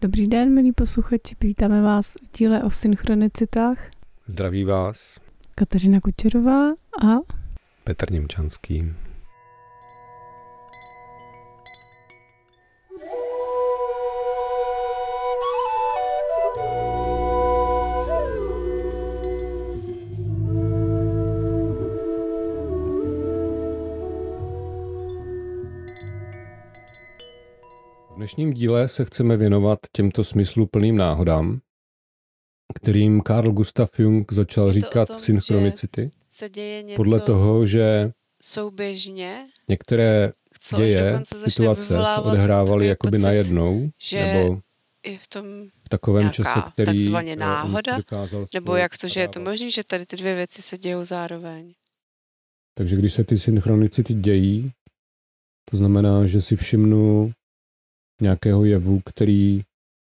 Dobrý den, milí posluchači, vítáme vás v díle o synchronicitách. Zdraví vás Kateřina Kučerová a Petr Němčanský. V dnešním díle se chceme věnovat těmto smysluplným náhodám, kterým Carl Gustav Jung začal říkat tom, synchronicity. Se děje něco podle toho, že souběžně, některé děje, situace se odehrávaly jakoby pocit, najednou, nebo je v tom v takovém čase, který takzvaně náhoda, dokázal nebo jak to, že je to možné, že tady ty dvě věci se dějou zároveň. Takže když se ty synchronicity dějí, to znamená, že si všimnu nějakého jevu, který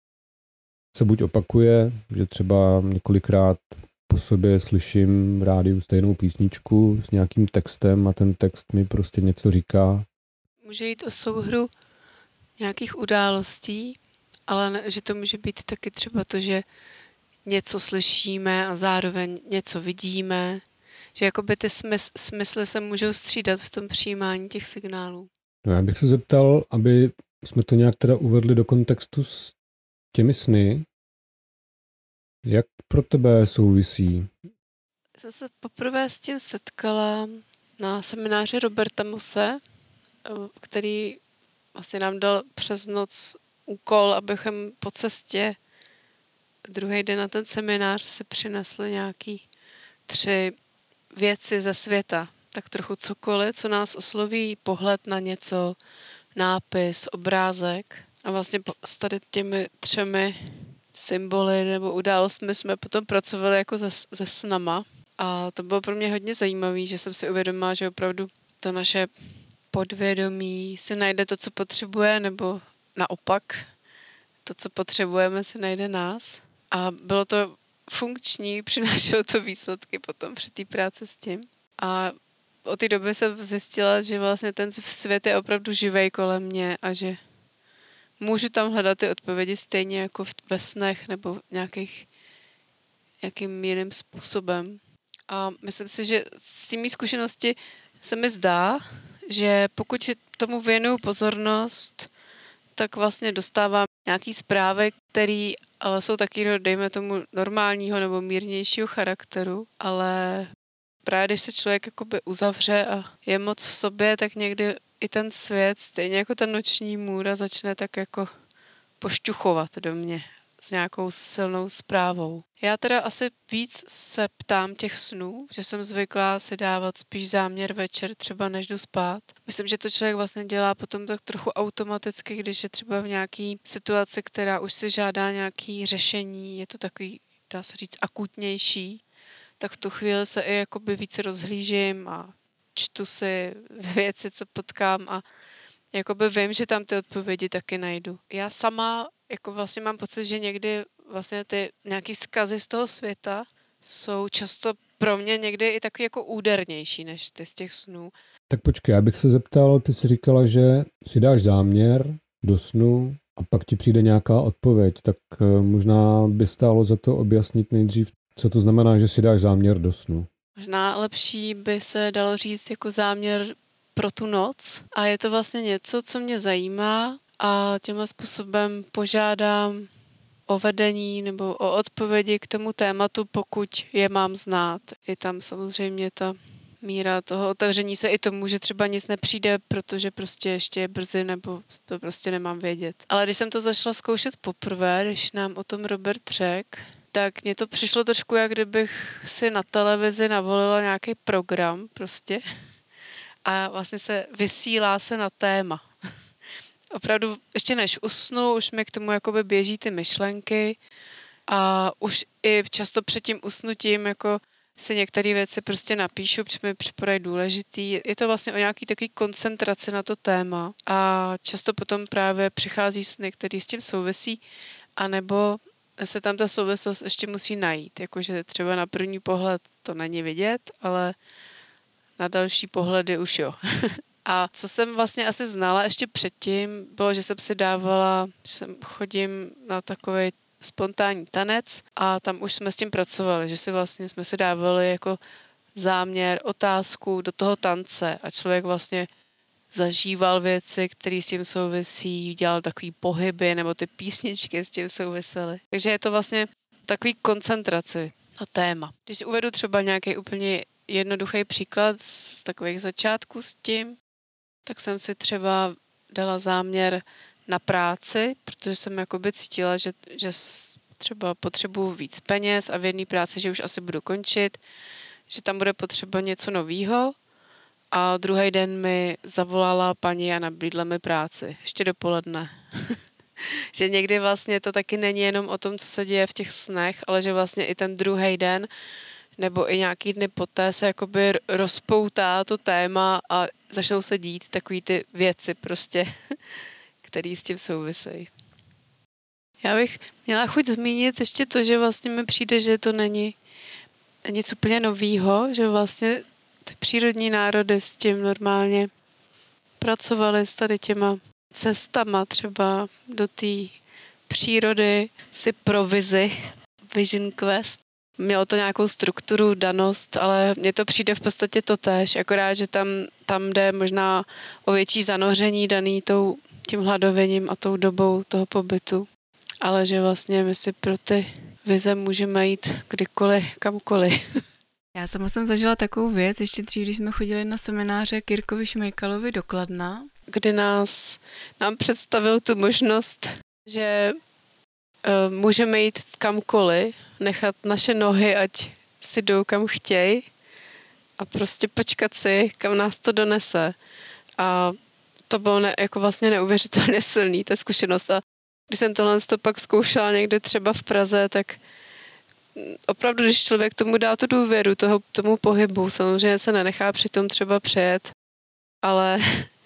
se buď opakuje, že třeba několikrát po sobě slyším v rádiu stejnou písničku s nějakým textem a ten text mi prostě něco říká. Může jít o souhru nějakých událostí, ale ne, že to může být taky třeba to, že něco slyšíme a zároveň něco vidíme, že jakoby ty smysly se můžou střídat v tom přijímání těch signálů. No já bych se zeptal, aby jsme to nějak teda uvedli do kontextu s těmi sny. Jak pro tebe souvisí? Jsem se poprvé s tím setkala na semináři Roberta Mosse, který vlastně nám dal přes noc úkol, abychom po cestě druhý den na ten seminář si přinesli nějaký 3 věci ze světa. Tak trochu cokoliv, co nás osloví, pohled na něco, nápis, obrázek. A vlastně s tady těmi 3 symboly nebo událostmi jsme potom pracovali jako se snama. A to bylo pro mě hodně zajímavé, že jsem si uvědomila, že opravdu to naše podvědomí si najde to, co potřebuje, nebo naopak to, co potřebujeme, si najde nás. A bylo to funkční, přinášelo to výsledky potom při té práci s tím. A od té doby jsem zjistila, že vlastně ten svět je opravdu živej kolem mě a že můžu tam hledat ty odpovědi stejně jako ve snech nebo nějakým jiným způsobem. A myslím si, že z té mý zkušenosti se mi zdá, že pokud tomu věnuju pozornost, tak vlastně dostávám nějaký zprávy, které ale jsou taky, dejme tomu, normálního nebo mírnějšího charakteru, ale právě když se člověk jakoby uzavře a je moc v sobě, tak někdy i ten svět, stejně jako ta noční můra, začne tak jako pošťuchovat do mě s nějakou silnou zprávou. Já teda asi víc se ptám těch snů, že jsem zvyklá si dávat spíš záměr večer, třeba než jdu spát. Myslím, že to člověk vlastně dělá potom tak trochu automaticky, když je třeba v nějaký situaci, která už si žádá nějaký řešení, je to takový, dá se říct, akutnější, tak v tu chvíli se i jakoby více rozhlížím a čtu si věci, co potkám a jakoby vím, že tam ty odpovědi taky najdu. Já sama jako vlastně mám pocit, že někdy vlastně ty nějaký vzkazy z toho světa jsou často pro mě někdy i taky jako údernější než ty z těch snů. Tak počkej, já bych se zeptal, ty jsi říkala, že si dáš záměr do snu a pak ti přijde nějaká odpověď, tak možná by stálo za to objasnit nejdřív, co to znamená, že si dáš záměr do snu. Možná lepší by se dalo říct jako záměr pro tu noc a je to vlastně něco, co mě zajímá a tímhle způsobem požádám o vedení nebo o odpovědi k tomu tématu, pokud je mám znát. Je tam samozřejmě ta míra toho otevření se i tomu, že třeba nic nepřijde, protože prostě ještě je brzy nebo to prostě nemám vědět. Ale když jsem to začala zkoušet poprvé, když nám o tom Robert řekl, tak mně to přišlo trošku, jak kdybych si na televizi navolila nějaký program prostě a vlastně se vysílá se na téma. Opravdu ještě než usnu, už mi k tomu jakoby běží ty myšlenky a už i často před tím usnutím jako si některé věci prostě napíšu, protože mi připadají důležitý. Je to vlastně o nějaký takový koncentraci na to téma a často potom právě přichází sny, který s tím souvisí, anebo se tam ta souvislost ještě musí najít. Jakože třeba na první pohled to není vidět, ale na další pohledy už jo. A co jsem vlastně asi znala ještě předtím, bylo, že jsem si dávala, že chodím na takový spontánní tanec a tam už jsme s tím pracovali, že si vlastně jsme si dávali jako záměr, otázku do toho tance a člověk vlastně zažíval věci, které s tím souvisí, dělal takový pohyby nebo ty písničky s tím souvisely. Takže je to vlastně takový koncentraci na téma. Když uvedu třeba nějaký úplně jednoduchý příklad z takových začátků s tím, tak jsem si třeba dala záměr na práci, protože jsem jakoby cítila, že třeba potřebuji víc peněz a v jedné práci, že už asi budu končit, že tam bude potřeba něco novýho. A druhý den mi zavolala paní a nabídla mi práci. Ještě dopoledne. Že někdy vlastně to taky není jenom o tom, co se děje v těch snech, ale že vlastně i ten druhý den nebo i nějaký dny poté se jakoby rozpoutá to téma a začnou se dít takový ty věci prostě, které s tím souvisejí. Já bych měla chuť zmínit ještě to, že vlastně mi přijde, že to není nic úplně novýho, že vlastně ty přírodní národy s tím normálně pracovaly s tady těma cestama třeba do té přírody si pro Vision Quest. Mělo to nějakou strukturu, danost, ale mně to přijde v podstatě totéž, akorát, že tam jde možná o větší zanoření daný tím hladověním a tou dobou toho pobytu. Ale že vlastně my si pro ty vize můžeme jít kdykoliv, kamkoliv. Já sama jsem zažila takovou věc, ještě dřív, když jsme chodili na semináře k Jirkovi Šmejkalovi do Kladna. Kdy nám představil tu možnost, že můžeme jít kamkoliv, nechat naše nohy, ať si jdou kam chtějí a prostě počkat si, kam nás to donese. A to bylo jako vlastně neuvěřitelně silný, ta zkušenost. A když jsem tohle pak zkoušela někde třeba v Praze, tak opravdu, když člověk tomu dá tu důvěru, tomu pohybu, samozřejmě se nenechá přitom třeba přejet, ale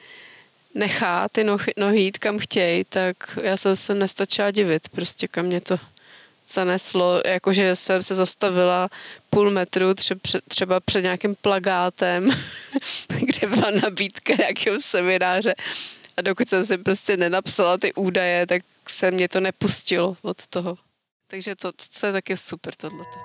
nechá ty nohy jít kam chtějí, tak já jsem se nestačila divit, prostě kam mě to zaneslo, jakože jsem se zastavila půl metru třeba před nějakým plakátem, kde byla nabídka nějakého semináře a dokud jsem si prostě nenapsala ty údaje, tak se mě to nepustilo od toho. Takže to je taky super tohleto.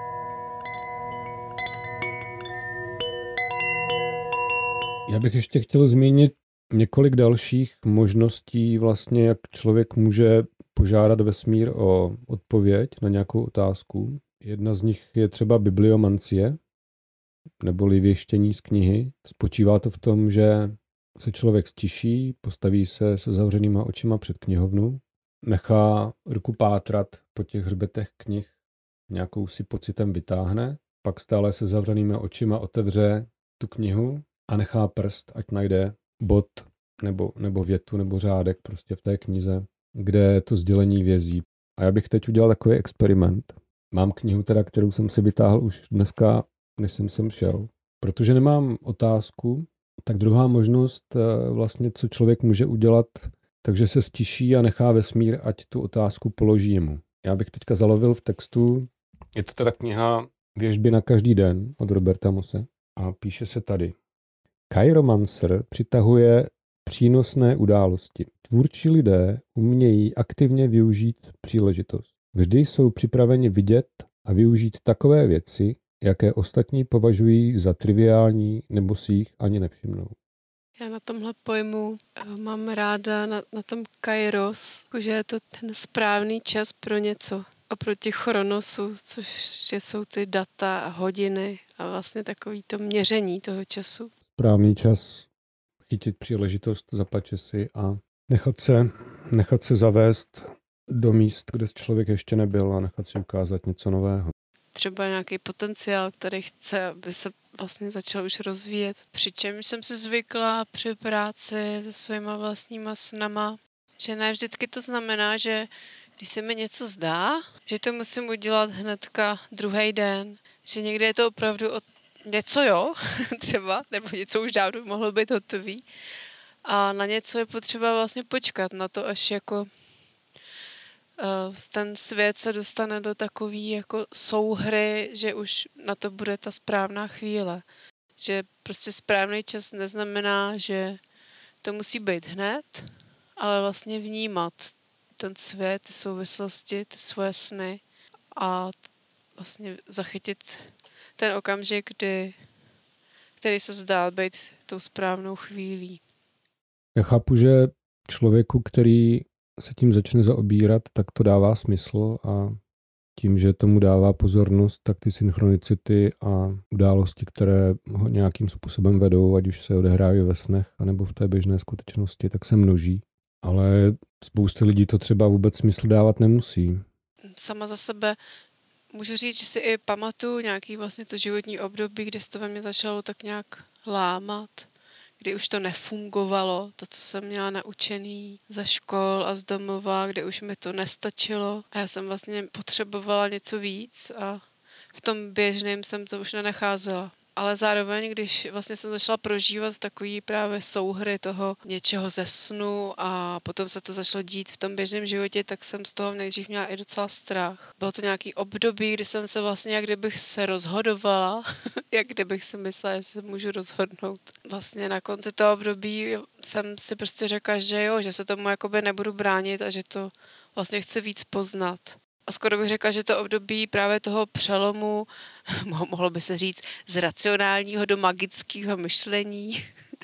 Já bych ještě chtěl zmínit několik dalších možností vlastně, jak člověk může požádat vesmír o odpověď na nějakou otázku. Jedna z nich je třeba bibliomancie, neboli věštění z knihy. Spočívá to v tom, že se člověk stiší, postaví se zavřenýma očima před knihovnu, nechá ruku pátrat po těch hřbetech knih, nějakou si pocitem vytáhne, pak stále se zavřenýma očima otevře tu knihu a nechá prst, ať najde bod nebo větu nebo řádek prostě v té knize, kde to sdělení vězí. A já bych teď udělal takový experiment. Mám knihu teda, kterou jsem si vytáhl už dneska, než jsem sem šel. Protože nemám otázku, tak druhá možnost vlastně, co člověk může udělat, takže se stiší a nechá vesmír, ať tu otázku položí jemu. Já bych teďka zalovil v textu, je to teda kniha Věštby na každý den od Roberta Mose a píše se tady. Chiromancer přitahuje přínosné události. Tvůrčí lidé umějí aktivně využít příležitost. Vždy jsou připraveni vidět a využít takové věci, jaké ostatní považují za triviální nebo si jich ani nevšimnou. Já na tomhle pojmu mám ráda na tom kairos, že je to ten správný čas pro něco oproti chronosu, což jsou ty data a hodiny a vlastně takový to měření toho času. Správný čas chytit příležitost, zapače si a nechat se zavést do míst, kde člověk ještě nebyl a nechat si ukázat něco nového. Třeba nějaký potenciál, který chce, aby se vlastně začal už rozvíjet. Přičemž jsem si zvykla při práci se svýma vlastníma snama, že ne vždycky to znamená, že když se mi něco zdá, že to musím udělat hnedka druhý den. Že někdy je to opravdu něco jo, třeba, nebo něco už dávno mohlo být hotový. A na něco je potřeba vlastně počkat na to, až jako ten svět se dostane do takový jako souhry, že už na to bude ta správná chvíle. Že prostě správný čas neznamená, že to musí být hned, ale vlastně vnímat ten svět, ty souvislosti, ty svoje sny a vlastně zachytit ten okamžik, který se zdá být tou správnou chvílí. Já chápu, že člověku, který se tím začne zaobírat, tak to dává smysl a tím, že tomu dává pozornost, tak ty synchronicity a události, které ho nějakým způsobem vedou, ať už se odehrávají ve snech, anebo v té běžné skutečnosti, tak se množí. Ale spousty lidí to třeba vůbec smysl dávat nemusí. Sama za sebe můžu říct, že si i pamatuju nějaký vlastně to životní období, kdy se to ve mně začalo tak nějak lámat, kdy už to nefungovalo, to, co jsem měla naučený ze škol a z domova, kde už mi to nestačilo a já jsem vlastně potřebovala něco víc a v tom běžném jsem to už nenacházela. Ale zároveň, když vlastně jsem začala prožívat takový právě souhry toho něčeho ze snu a potom se to začalo dít v tom běžném životě, tak jsem z toho nejdřív měla i docela strach. Bylo to nějaký období, kdy jsem se vlastně, jak kdybych se rozhodovala, jak kdybych si myslela, že se můžu rozhodnout. Vlastně na konci toho období jsem si prostě řekla, že jo, že se tomu jakoby nebudu bránit a že to vlastně chci víc poznat. A skoro bych řekla, že to období právě toho přelomu, mohlo by se říct, z racionálního do magického myšlení,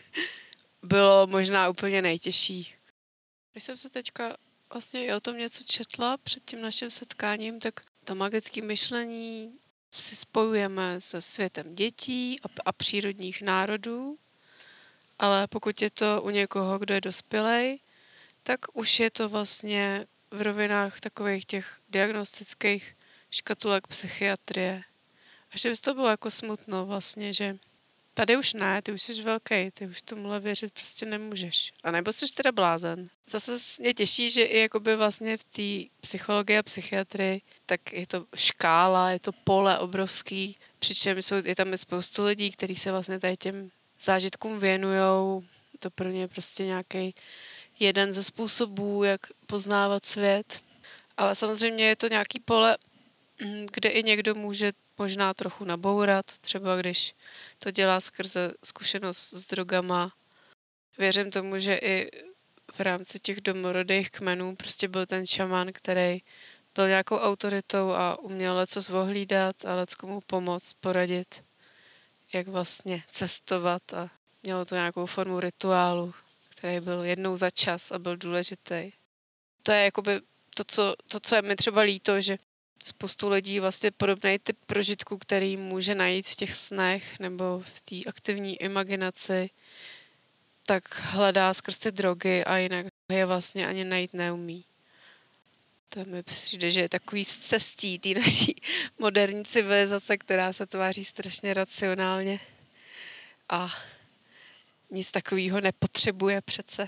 bylo možná úplně nejtěžší. Když jsem se teďka vlastně i o tom něco četla před tím naším setkáním, tak to magické myšlení si spojujeme se světem dětí a přírodních národů, ale pokud je to u někoho, kdo je dospělej, tak už je to vlastně v rovinách takových těch diagnostických škatulek psychiatrie. Až by to bylo jako smutno vlastně, že tady už ne, ty už jsi velký, ty už tomuhle věřit prostě nemůžeš. A nebo jsi teda blázen. Zase mě těší, že i jakoby vlastně v té psychologii a psychiatrii, tak je to škála, je to pole obrovský, přičemž je tam spoustu lidí, kteří se vlastně tady těm zážitkům věnujou. To pro ně je prostě nějaký jeden ze způsobů, jak poznávat svět. Ale samozřejmě je to nějaký pole, kde i někdo může možná trochu nabourat, třeba když to dělá skrze zkušenost s drogama. Věřím tomu, že i v rámci těch domorodých kmenů prostě byl ten šaman, který byl nějakou autoritou a uměl lecos ohlídat a leckomu pomoct, poradit, jak vlastně cestovat a mělo to nějakou formu rituálu, který byl jednou za čas a byl důležitý. To je jakoby to, co je mi třeba líto, že spoustu lidí vlastně podobný typ prožitku, který může najít v těch snech nebo v té aktivní imaginaci, tak hledá skrz ty drogy a jinak je vlastně ani najít neumí. To mi přijde, že je takový scestí té naší moderní civilizace, která se tváří strašně racionálně a nic takového nepotřebuje přece.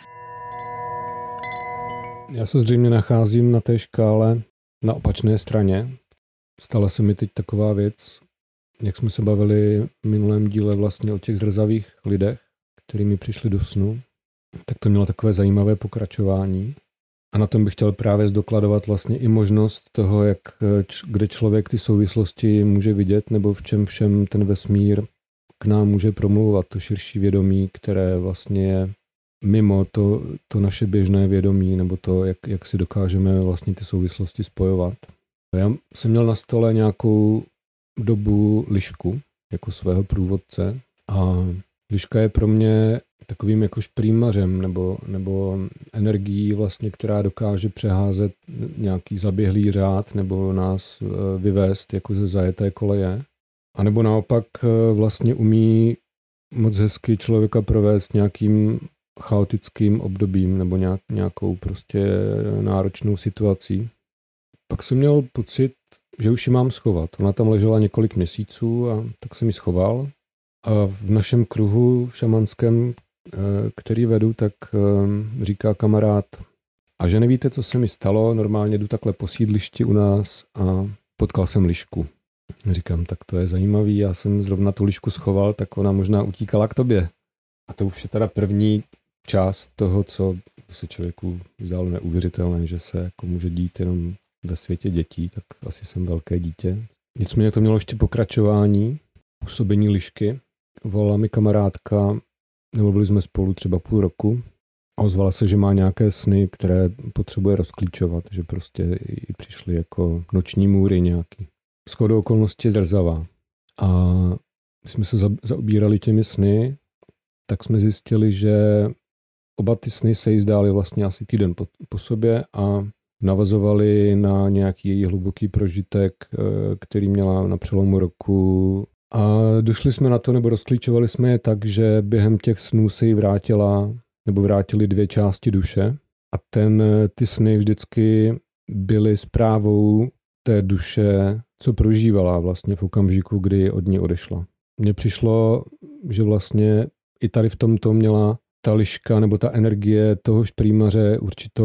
Já se zřejmě nacházím na té škále na opačné straně. Stala se mi teď taková věc, jak jsme se bavili v minulém díle vlastně o těch zrzavých lidech, který mi přišli do snu, tak to mělo takové zajímavé pokračování. A na tom bych chtěl právě zdokladovat vlastně i možnost toho, kde člověk ty souvislosti může vidět, nebo v čem všem ten vesmír k nám může promlouvat, to širší vědomí, které vlastně je mimo to naše běžné vědomí, nebo to, jak si dokážeme vlastně ty souvislosti spojovat. Já jsem měl na stole nějakou dobu lišku jako svého průvodce a liška je pro mě takovým jako šprýmařem nebo energií vlastně, která dokáže přeházet nějaký zaběhlý řád nebo nás vyvést jako ze zajeté koleje. A nebo naopak vlastně umí moc hezky člověka provést nějakým chaotickým obdobím nebo nějakou prostě náročnou situací. Pak jsem měl pocit, že už ji mám schovat. Ona tam ležela několik měsíců a tak jsem ji schoval. A v našem kruhu šamanském, který vedu, tak říká kamarád, a že nevíte, co se mi stalo, normálně jdu takhle po sídlišti u nás a potkal jsem lišku. Říkám, tak to je zajímavý, já jsem zrovna tu lišku schoval, tak ona možná utíkala k tobě. A to už je teda první část toho, co se člověku zdálo neuvěřitelné, že se jako může dít jenom ve světě dětí, tak asi jsem velké dítě. Nicméně to mělo ještě pokračování, působení lišky. volala mi kamarádka, mluvili jsme spolu třeba půl roku a ozvala se, že má nějaké sny, které potřebuje rozklíčovat, že prostě jí přišly jako noční můry nějaký. Shodou okolností zrzavá. A když jsme se zaobírali těmi sny, tak jsme zjistili, že oba ty sny se jí zdály vlastně asi týden po sobě a navazovaly na nějaký její hluboký prožitek, který měla na přelomu roku. A došli jsme na to, nebo rozklíčovali jsme je tak, že během těch snů se jí vrátily 2 části duše a ty sny vždycky byly zprávou té duše, co prožívala vlastně v okamžiku, kdy od ní odešla. Mně přišlo, že vlastně i tady v tomto měla ta liška nebo ta energie toho šprýmaře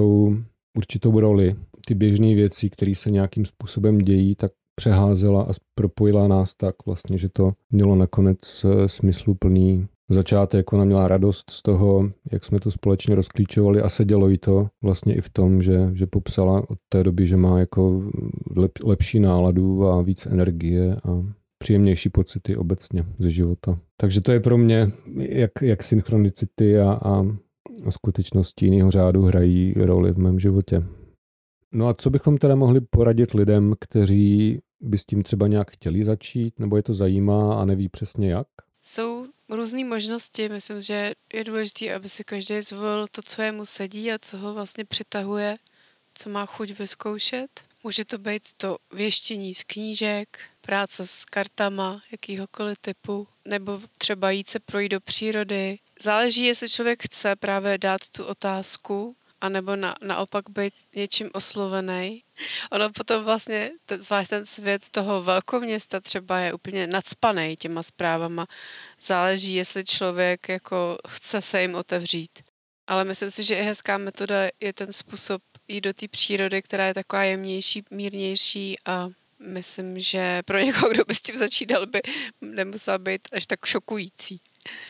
určitou roli. Ty běžné věci, které se nějakým způsobem dějí, tak přeházela a propojila nás tak vlastně, že to mělo nakonec smysluplný začátek. Ona měla radost z toho, jak jsme to společně rozklíčovali a sedělo jí to vlastně i v tom, že popsala od té doby, že má jako lepší náladu a víc energie a příjemnější pocity obecně ze života. Takže to je pro mě, jak synchronicity a skutečnosti jiného řádu hrají roli v mém životě. No a co bychom teda mohli poradit lidem, kteří by s tím třeba nějak chtěli začít, nebo je to zajímá a neví přesně jak? Jsou různé možnosti. Myslím, že je důležité, aby si každý zvolil to, co jemu sedí a co ho vlastně přitahuje, co má chuť vyzkoušet. Může to být to věštění z knížek, práce s kartama jakýhokoliv typu, nebo třeba jít se projít do přírody. Záleží, jestli člověk chce právě dát tu otázku, anebo naopak být něčím oslovený. Ono potom vlastně, zvlášť ten svět toho velkoměsta třeba je úplně nacpanej těma zprávama. Záleží, jestli člověk jako chce se jim otevřít. Ale myslím si, že i hezká metoda je ten způsob jít do té přírody, která je taková jemnější, mírnější a myslím, že pro někoho, kdo by s tím začínal, by nemusela být až tak šokující.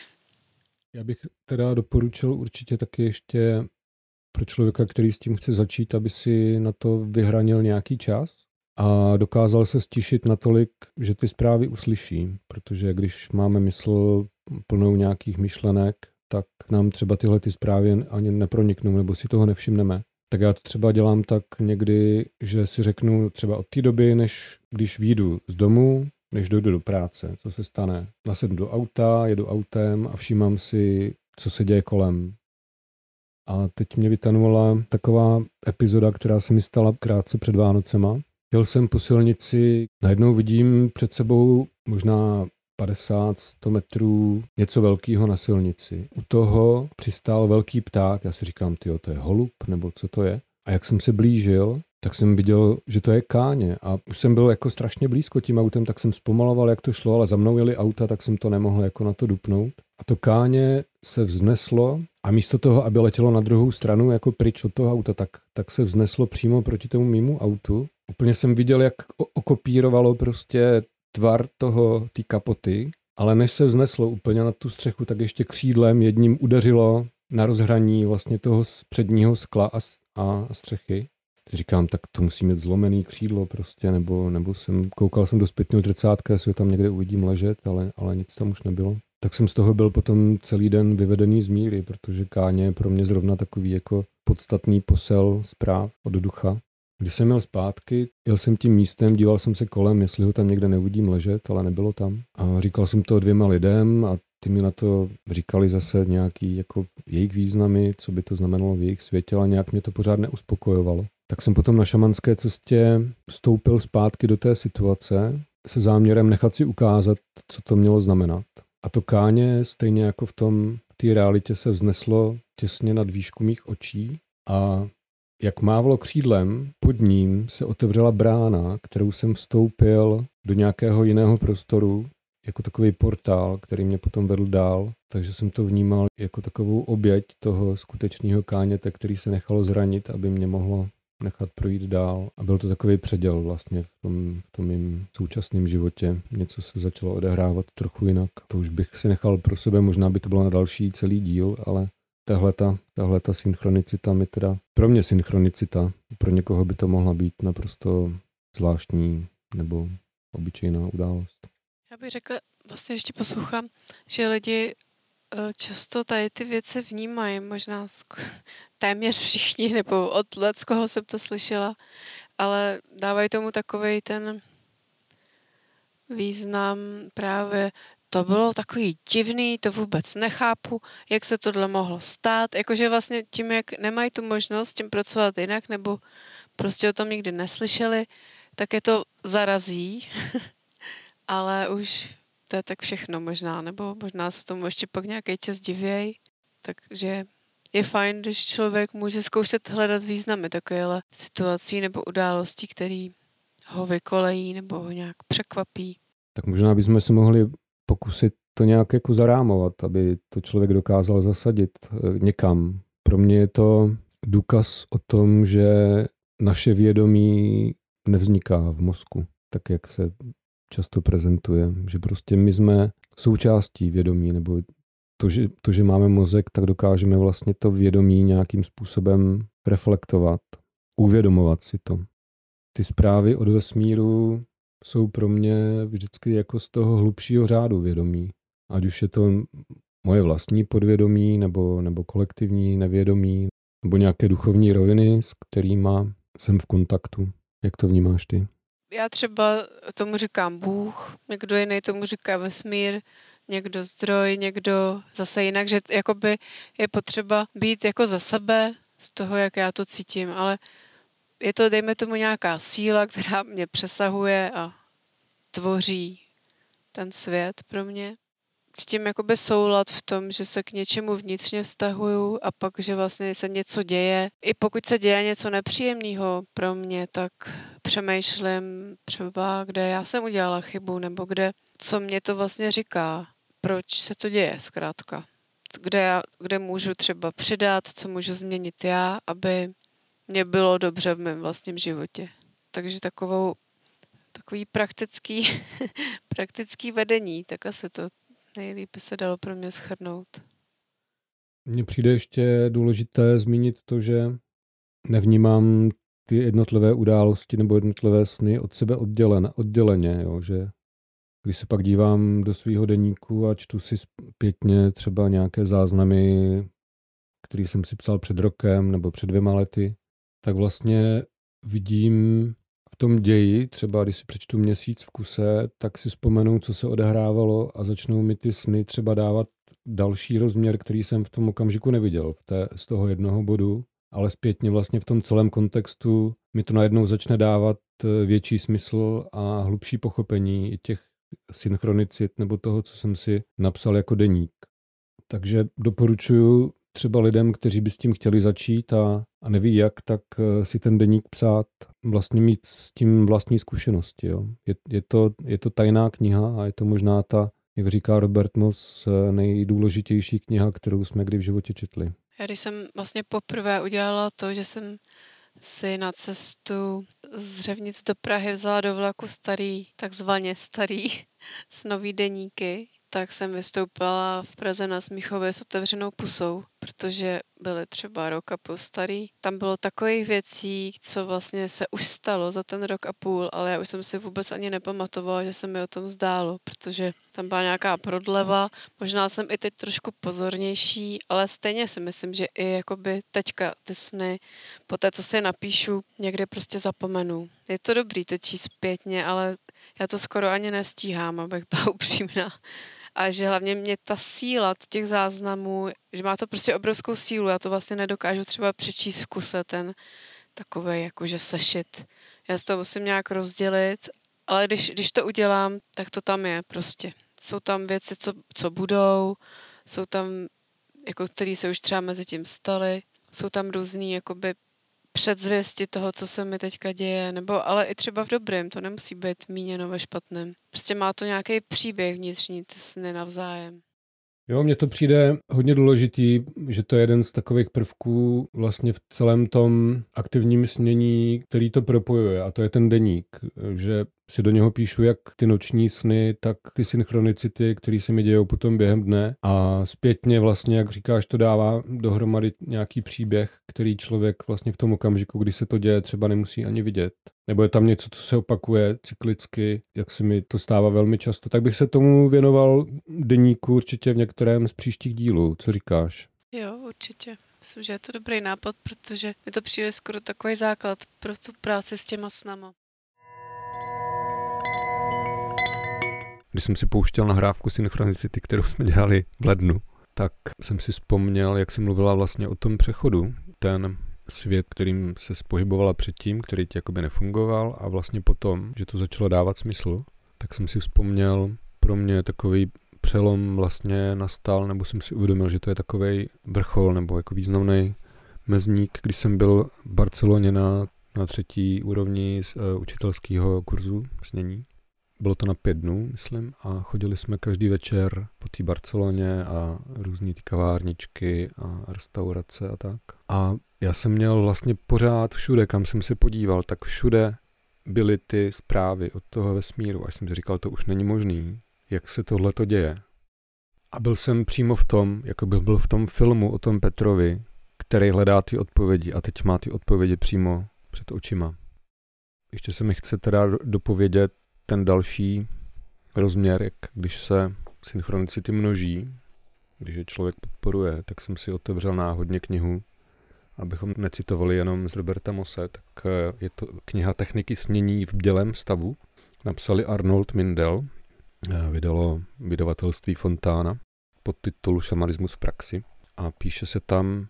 Já bych teda doporučil určitě taky ještě pro člověka, který s tím chce začít, aby si na to vyhranil nějaký čas a dokázal se stišit natolik, že ty zprávy uslyší, protože když máme mysl plnou nějakých myšlenek, tak nám třeba tyhle ty zprávy ani neproniknou, nebo si toho nevšimneme. Tak já to třeba dělám tak někdy, že si řeknu třeba od té doby, než když vyjdu z domu, než dojdu do práce, co se stane. Nasednu do auta, jedu autem a všímám si, co se děje kolem. A teď mě vytanuvala taková epizoda, která se mi stala krátce před Vánocema. Jel jsem po silnici, najednou vidím před sebou možná 50-100 metrů něco velkého na silnici. U toho přistál velký pták, já si říkám, tyjo, to je holub, nebo co to je? A jak jsem se blížil, tak jsem viděl, že to je káně. A už jsem byl jako strašně blízko tím autem, tak jsem zpomaloval, jak to šlo, ale za mnou jeli auta, tak jsem to nemohl jako na to dupnout. A to káně se vzneslo a místo toho, aby letělo na druhou stranu, jako pryč od toho auta, tak se vzneslo přímo proti tomu mému autu. Úplně jsem viděl, jak okopírovalo prostě tvar té kapoty, ale než se vzneslo úplně na tu střechu, tak ještě křídlem jedním udeřilo na rozhraní vlastně toho předního skla a střechy. Říkám, tak to musí mít zlomený křídlo prostě, nebo koukal jsem do zpětného zrcátka, jestli ho tam někde uvidím ležet, ale nic tam už nebylo. Tak jsem z toho byl potom celý den vyvedený z míry, protože káně je pro mě zrovna takový jako podstatný posel zpráv od ducha. Když jsem jel zpátky, jel jsem tím místem, díval jsem se kolem, jestli ho tam někde neuvidím ležet, ale nebylo tam. A říkal jsem to 2 lidem a ty mi na to říkali zase nějaký jako jejich významy, co by to znamenalo v jejich světě, ale nějak mě to pořád neuspokojovalo. Tak jsem potom na šamanské cestě vstoupil zpátky do té situace se záměrem nechat si ukázat, co to mělo znamenat. A to káně stejně jako v té realitě se vzneslo těsně nad výšku mých očí a jak mávlo křídlem, pod ním se otevřela brána, kterou jsem vstoupil do nějakého jiného prostoru, jako takový portál, který mě potom vedl dál. Takže jsem to vnímal jako takovou oběť toho skutečného káněte, který se nechalo zranit, aby mě mohlo nechat projít dál. A byl to takový předěl vlastně v tom mým současném životě. Něco se začalo odehrávat trochu jinak. To už bych si nechal pro sebe, možná by to bylo na další celý díl, ale tahleta synchronicita mi teda, pro mě synchronicita, pro někoho by to mohla být naprosto zvláštní nebo obyčejná událost. Já bych řekla vlastně ještě poslouchám, že lidi často tady ty věci vnímají, možná téměř všichni, nebo od let, z koho jsem to slyšela, ale dávají tomu takovej ten význam právě, to bylo takový divný, to vůbec nechápu, jak se tohle mohlo stát, jakože vlastně tím, jak nemají tu možnost tím pracovat jinak, nebo prostě o tom nikdy neslyšeli, tak je to zarazí, ale už to je tak všechno možná, nebo možná se tomu ještě pak nějaký čas divěj, takže je fajn, když člověk může zkoušet hledat významy takovéhle situací nebo událostí, které ho vykolejí nebo ho nějak překvapí. Tak možná bychom se mohli pokusit to nějak jako zarámovat, aby to člověk dokázal zasadit někam. Pro mě je to důkaz o tom, že naše vědomí nevzniká v mozku, tak jak se často prezentuje. Že prostě my jsme součástí vědomí, nebo to, že máme mozek, tak dokážeme vlastně to vědomí nějakým způsobem reflektovat, uvědomovat si to. Ty zprávy od vesmíru jsou pro mě vždycky jako z toho hlubšího řádu vědomí. Ať už je to moje vlastní podvědomí, nebo kolektivní nevědomí, nebo nějaké duchovní roviny, s kterýma jsem v kontaktu. Jak to vnímáš ty? Já třeba tomu říkám Bůh, někdo jiný tomu říká vesmír, někdo zdroj, někdo zase jinak, že jakoby je potřeba být jako za sebe z toho, jak já to cítím, ale je to, dejme tomu, nějaká síla, která mě přesahuje a tvoří ten svět pro mě. Cítím jakoby soulad v tom, že se k něčemu vnitřně vztahuju a pak, že vlastně se něco děje. I pokud se děje něco nepříjemného pro mě, tak přemýšlím třeba, kde já jsem udělala chybu, nebo co mě to vlastně říká, proč se to děje zkrátka. Kde můžu třeba přidat, co můžu změnit já, aby mě bylo dobře v mém vlastním životě. Takže takový praktický vedení, tak asi to nejlíp se dalo pro mě shrnout. Mně přijde ještě důležité zmínit to, že nevnímám ty jednotlivé události nebo jednotlivé sny od sebe odděleně, jo, že když se pak dívám do svého deníku a čtu si zpětně třeba nějaké záznamy, který jsem si psal před rokem nebo před 2 lety, tak vlastně vidím v tom ději, třeba když si přečtu Měsíc v kuse, tak si vzpomenu, co se odehrávalo a začnou mi ty sny třeba dávat další rozměr, který jsem v tom okamžiku neviděl z toho jednoho bodu, ale zpětně vlastně v tom celém kontextu mi to najednou začne dávat větší smysl a hlubší pochopení i těch synchronicit nebo toho, co jsem si napsal jako deník. Takže doporučuji třeba lidem, kteří by s tím chtěli začít a neví jak, tak si ten deník psát, vlastně mít s tím vlastní zkušenosti. Jo. Je to tajná kniha a je to možná ta, jak říká Robert Moss, nejdůležitější kniha, kterou jsme kdy v životě četli. Já když jsem vlastně poprvé udělala to, že jsem si na cestu z Řevnic do Prahy vzala do vlaku takzvaně starý snový deníky, tak jsem vystoupila v Praze na Smíchově s otevřenou pusou, protože byly třeba 1,5 roku starý. Tam bylo takových věcí, co vlastně se už stalo za ten 1,5 roku, ale já už jsem si vůbec ani nepamatovala, že se mi o tom zdálo, protože tam byla nějaká prodleva. Možná jsem i teď trošku pozornější, ale stejně si myslím, že i jakoby teďka ty sny, po té, co si napíšu, někde prostě zapomenu. Je to dobrý to číst zpětně, ale já to skoro ani nestíhám, abych byla upřímná. A že hlavně mě ta síla těch záznamů, že má to prostě obrovskou sílu, já to vlastně nedokážu třeba přečíst v kuse, ten takovej jakože sešit. Já si to musím nějak rozdělit, ale když to udělám, tak to tam je prostě. Jsou tam věci, co budou, jsou tam, jako které se už třeba mezi tím staly, jsou tam různý jakoby předzvěsti toho, co se mi teďka děje, nebo ale i třeba v dobrém, to nemusí být míněno ve špatném. Prostě má to nějaký příběh vnitřní, ty sny navzájem. Jo, mně to přijde hodně důležitý, že to je jeden z takových prvků vlastně v celém tom aktivním snění, který to propojuje, a to je ten deník, že si do něho píšu jak ty noční sny, tak ty synchronicity, které se mi dějou potom během dne a zpětně vlastně, jak říkáš, to dává dohromady nějaký příběh, který člověk vlastně v tom okamžiku, kdy se to děje, třeba nemusí ani vidět. Nebo je tam něco, co se opakuje cyklicky, jak se mi to stává velmi často. Tak bych se tomu věnoval deníku určitě v některém z příštích dílů. Co říkáš? Jo, určitě. Myslím, že je to dobrý nápad, protože mi to přijde skoro takový základ pro tu práci s těma snama. Když jsem si pouštěl nahrávku Synchronicity, kterou jsme dělali v lednu, tak jsem si vzpomněl, jak jsem mluvila vlastně o tom přechodu. Ten svět, kterým se pohybovala předtím, který ti jakoby nefungoval a vlastně potom, že to začalo dávat smysl, tak jsem si vzpomněl, pro mě takový přelom vlastně nastal, nebo jsem si uvědomil, že to je takovej vrchol nebo jako významný mezník, když jsem byl v Barceloně na 3. úrovni z učitelského kurzu snění. Bylo to na 5 dnů, myslím, a chodili jsme každý večer po té Barceloně a různý ty kavárničky a restaurace a tak. A já jsem měl vlastně pořád všude, kam jsem se podíval, tak všude byly ty zprávy od toho vesmíru. Až jsem si říkal, to už není možný, jak se tohle to děje. A byl jsem přímo v tom, jako byl v tom filmu o tom Petrovi, který hledá ty odpovědi a teď má ty odpovědi přímo před očima. Ještě se mi chce teda dopovědět ten další rozměr, jak když se synchronicity množí, když je člověk podporuje, tak jsem si otevřel náhodně knihu, abychom necitovali jenom z Roberta Mosse, tak je to kniha Techniky snění v bdělém stavu. Napsali Arnold Mindell, vydalo vydavatelství Fontána pod titulu Šamanismus v praxi a píše se tam: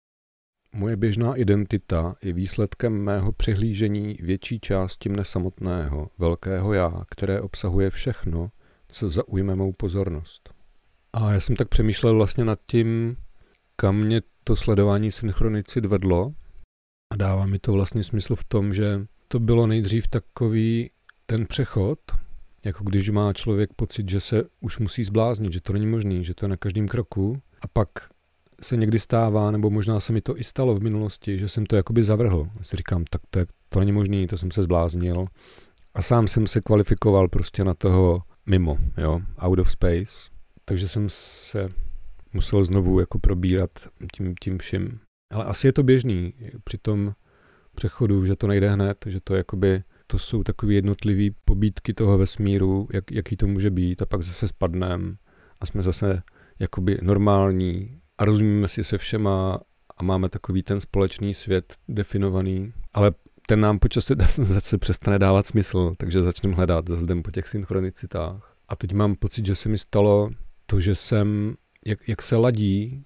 Moje běžná identita je výsledkem mého přihlížení větší části mne samotného, velkého já, které obsahuje všechno, co zaujme mou pozornost. A já jsem tak přemýšlel vlastně nad tím, kam mě to sledování synchronicit vedlo a dává mi to vlastně smysl v tom, že to bylo nejdřív takový ten přechod, jako když má člověk pocit, že se už musí zbláznit, že to není možný, že to je na každém kroku a pak se někdy stává, nebo možná se mi to i stalo v minulosti, že jsem to jakoby zavrhl. Já si říkám, tak to není možný, to jsem se zbláznil. A sám jsem se kvalifikoval prostě na toho mimo, jo, out of space. Takže jsem se musel znovu jako probírat tím vším. Ale asi je to běžný při tom přechodu, že to nejde hned, že to jakoby, to jsou takové jednotlivé pobídky toho vesmíru, jaký to může být a pak zase spadneme a jsme zase jakoby normální a rozumíme si se všema a máme takový ten společný svět definovaný, ale ten nám po čase zase přestane dávat smysl, takže začneme hledat, zase jdem po těch synchronicitách. A teď mám pocit, že se mi stalo to, že jsem, jak se ladí,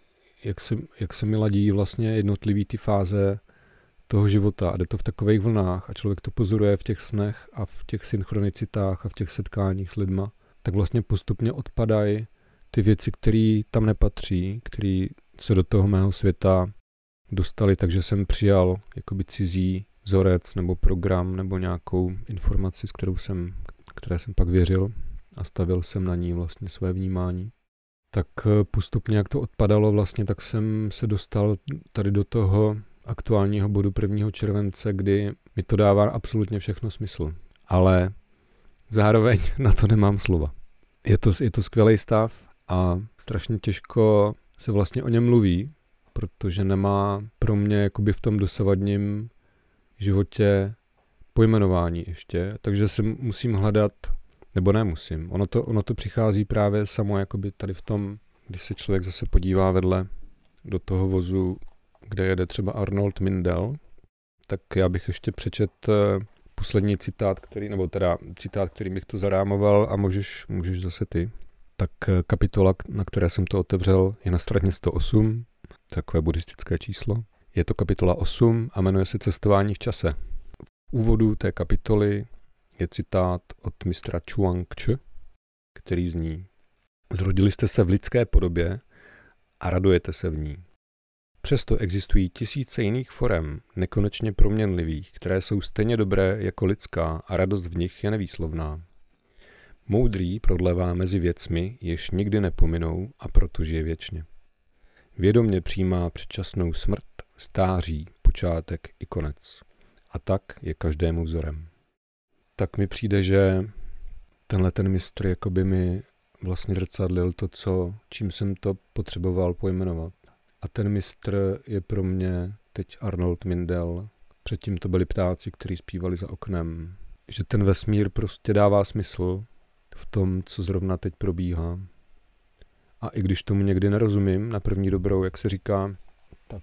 jak se mi ladí vlastně jednotlivý ty fáze toho života a jde to v takových vlnách a člověk to pozoruje v těch snech a v těch synchronicitách a v těch setkáních s lidma, tak vlastně postupně odpadají ty věci, které tam nepatří, které se do toho mého světa dostaly, takže jsem přijal jakoby cizí vzorec nebo program nebo nějakou informaci, které jsem pak věřil a stavil jsem na ní vlastně své vnímání. Tak postupně, jak to odpadalo vlastně, tak jsem se dostal tady do toho aktuálního bodu 1. července, kdy mi to dává absolutně všechno smysl. Ale zároveň na to nemám slova. Je to skvělý stav a strašně těžko se vlastně o něm mluví, protože nemá pro mě jakoby v tom dosavadním životě pojmenování ještě, takže si musím hledat, nebo nemusím. Ono to přichází právě samo jakoby tady v tom, když se člověk zase podívá vedle do toho vozu, kde jede třeba Arnold Mindell, tak já bych ještě přečet poslední citát, kterým bych to zarámoval a můžeš zase ty. Tak kapitola, na které jsem to otevřel, je na straně 108, takové buddhistické číslo. Je to kapitola 8 a jmenuje se Cestování v čase. V úvodu té kapitoly je citát od mistra Chuang Tzu, který zní: Zrodili jste se v lidské podobě a radujete se v ní. Přesto existují tisíce jiných forem, nekonečně proměnlivých, které jsou stejně dobré jako lidská a radost v nich je nevýslovná. Moudrý prodlévá mezi věcmi, jež nikdy nepominou a proto žije věčně. Vědomě přijímá předčasnou smrt, stáří, počátek i konec. A tak je každému vzorem. tak mi přijde, že tenhle ten mistr jakoby mi vlastně zrcadlil to, čím jsem to potřeboval pojmenovat. A ten mistr je pro mě teď Arnold Mindell. Předtím to byli ptáci, kteří zpívali za oknem. Že ten vesmír prostě dává smysl v tom, co zrovna teď probíhá. A i když tomu někdy nerozumím, na první dobrou, jak se říká, tak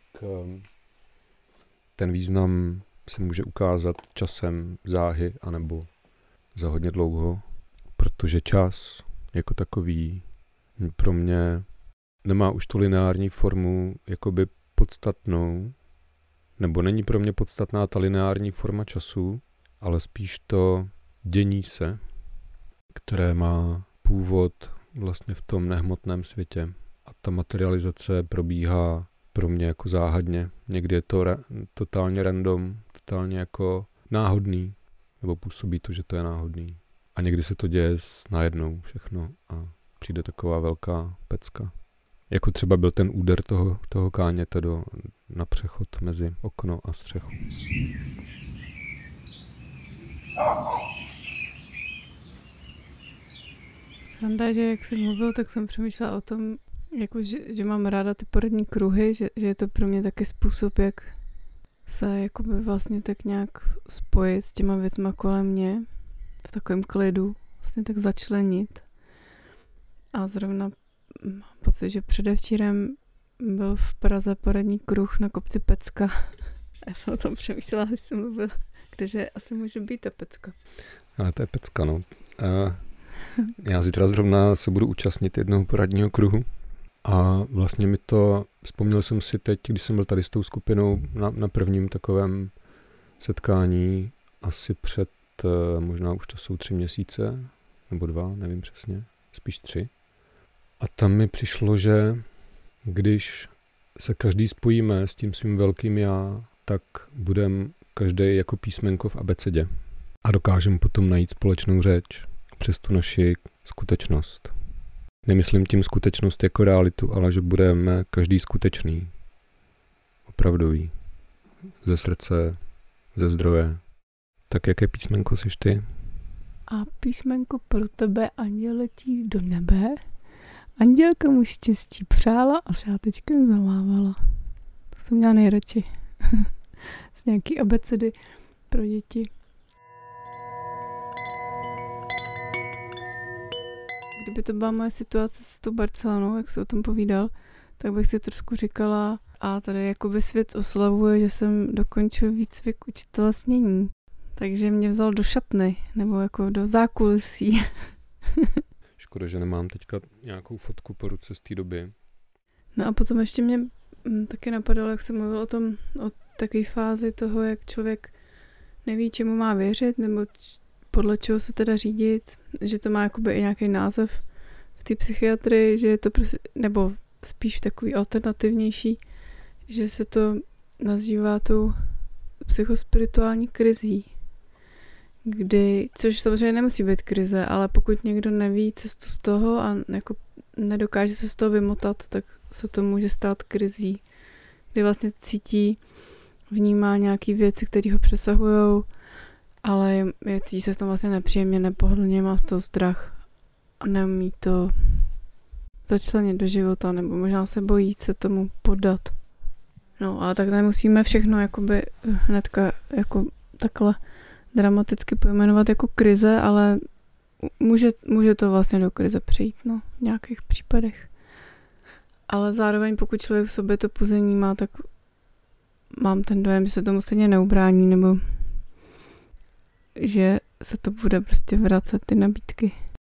ten význam se může ukázat časem záhy, anebo za hodně dlouho, protože čas jako takový pro mě nemá už tu lineární formu jakoby podstatnou, nebo není pro mě podstatná ta lineární forma času, ale spíš to dění se, které má původ vlastně v tom nehmotném světě. A ta materializace probíhá pro mě jako záhadně. Někdy je to totálně random, totálně jako náhodný, nebo působí to, že to je náhodný. A někdy se to děje najednou všechno a přijde taková velká pecka. Jako třeba byl ten úder toho káněte na přechod mezi okno a střechu. Sranda, že jak jsem mluvil, tak jsem přemýšlela o tom, jako, že mám ráda ty poradní kruhy, že je to pro mě taky způsob, jak se jakoby vlastně tak nějak spojit s těma věcma kolem mě v takovém klidu, vlastně tak začlenit. A zrovna mám pocit, že předevčírem byl v Praze poradní kruh na kopci Pecka. A já jsem o tom přemýšlela, když jsem mluvil, kdeže asi může být ta Pecka. Ale to je Pecka, no. Já zítra zrovna se budu účastnit jednoho poradního kruhu a vlastně vzpomněl jsem si teď, když jsem byl tady s tou skupinou na prvním takovém setkání asi před, možná už to jsou 3 měsíce, nebo 2, nevím přesně, spíš 3. A tam mi přišlo, že když se každý spojíme s tím svým velkým já, tak budeme každý jako písmenko v abecedě. A dokážeme potom najít společnou řeč přes tu naši skutečnost. Nemyslím tím skutečnost jako realitu, ale že budeme každý skutečný, opravdový, ze srdce, ze zdroje. Tak jaké písmenko jsi ty? A písmenko pro tebe, anděl letí do nebe. Andělka mu štěstí přála a šátečkem zamávala. To jsem měla nejradši. Z nějaký abecedy pro děti. Kdyby to byla moje situace s tou Barcelonou, jak jsi o tom povídal, tak bych si trošku říkala, a tady jakoby svět oslavuje, že jsem dokončil výcvik učitele snění. Takže mě vzal do šatny, nebo jako do zákulisí. Škoda, že nemám teďka nějakou fotku po ruce z té doby. No a potom ještě mě taky napadalo, jak jsem mluvil o takové fázi toho, jak člověk neví, čemu má věřit, nebo podle čeho se teda řídit, že to má jakoby i nějaký název v té psychiatrii, že je to prostě, nebo spíš takový alternativnější, že se to nazývá tou psychospirituální krizí, což samozřejmě nemusí být krize, ale pokud někdo neví cestu z toho a jako nedokáže se z toho vymotat, tak se to může stát krizí, kdy vlastně cítí, vnímá nějaký věci, které ho přesahujou, ale cítí se v tom vlastně nepříjemně, nepohodlně, má z toho strach a neumí to začlenit do života, nebo možná se bojí se tomu podat. No, ale tak nemusíme všechno jakoby hnedka jako takhle dramaticky pojmenovat jako krize, ale může to vlastně do krize přejít, no, v nějakých případech. Ale zároveň, pokud člověk v sobě to puzení má, tak mám ten dojem, že se tomu stejně neubrání, nebo že se to bude prostě vracet, ty nabídky.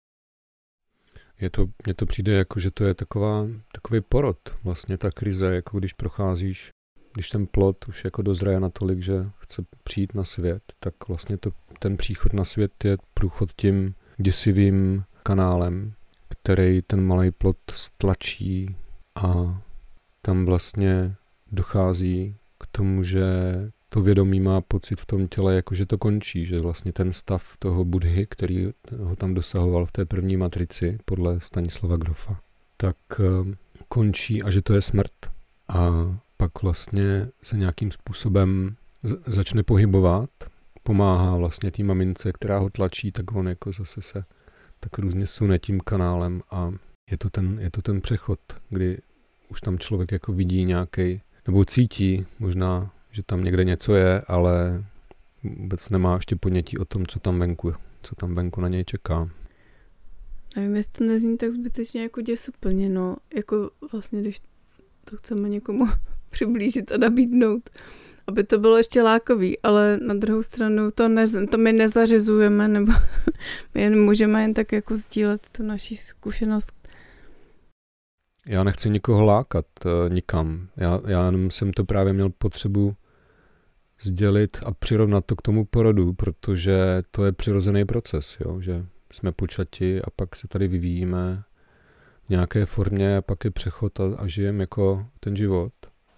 Mně to přijde jako, že to je takový porod, vlastně ta krize, jako když procházíš, když ten plod už jako dozraje natolik, že chce přijít na svět, tak vlastně ten příchod na svět je průchod tím děsivým kanálem, který ten malý plod stlačí a tam vlastně dochází k tomu, že to vědomí má pocit v tom těle, jako že to končí, že vlastně ten stav toho Budhy, který ho tam dosahoval v té první matrici podle Stanislava Grofa, tak končí a že to je smrt. A pak vlastně se nějakým způsobem začne pohybovat pomáhá vlastně té mamince, která ho tlačí, tak on jako zase se tak různě sune tím kanálem a je to ten přechod, kdy už tam člověk jako vidí nějaký, nebo cítí možná, že tam někde něco je, ale vůbec nemá ještě ponětí o tom, co tam venku na něj čeká. Nevím, jestli to nezní tak zbytečně jako děsuplně, no, jako vlastně, když to chceme někomu přiblížit a nabídnout, aby to bylo ještě lákový, ale na druhou stranu to my nezařizujeme, nebo my jen můžeme jen tak jako sdílet tu naši zkušenost. Já nechci nikoho lákat nikam. Já jenom jsem to právě měl potřebu sdělit a přirovnat to k tomu porodu, protože to je přirozený proces, jo? Že jsme počati a pak se tady vyvíjíme v nějaké formě a pak je přechod a žijeme jako ten život.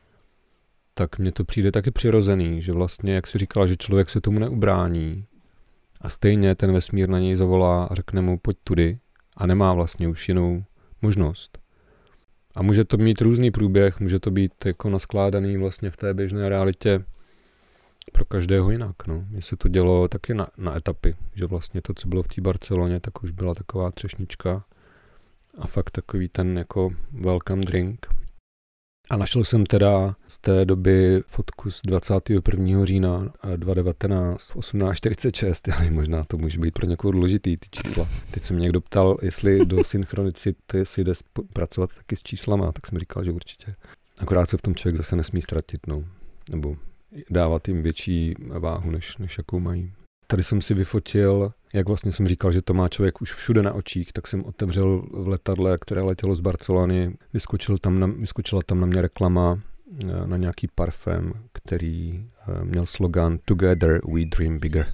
Tak mně to přijde taky přirozený, že vlastně, jak jsi říkala, že člověk se tomu neubrání a stejně ten vesmír na něj zavolá a řekne mu pojď tudy a nemá vlastně už jinou možnost. A může to mít různý průběh, může to být jako naskládaný vlastně v té běžné realitě pro každého jinak. No. Mně se to dělo taky na etapy, že vlastně to, co bylo v té Barceloně, tak už byla taková třešnička a fakt takový ten jako welcome drink. A našel jsem teda z té doby fotku z 21. října 2019 v 18:46, ale možná to může být pro někoho důležitý, ty čísla. Teď se mě někdo ptal, jestli do synchronicity si jde pracovat taky s číslama, tak jsem říkal, že určitě. Akorát se v tom člověk zase nesmí ztratit, no. Nebo dávat jim větší váhu, než jakou mají. Tady jsem si vyfotil, jak vlastně jsem říkal, že to má člověk už všude na očích, tak jsem otevřel v letadle, které letělo z Barcelony, vyskočila tam na mě reklama na nějaký parfém, který měl slogan Together we dream bigger.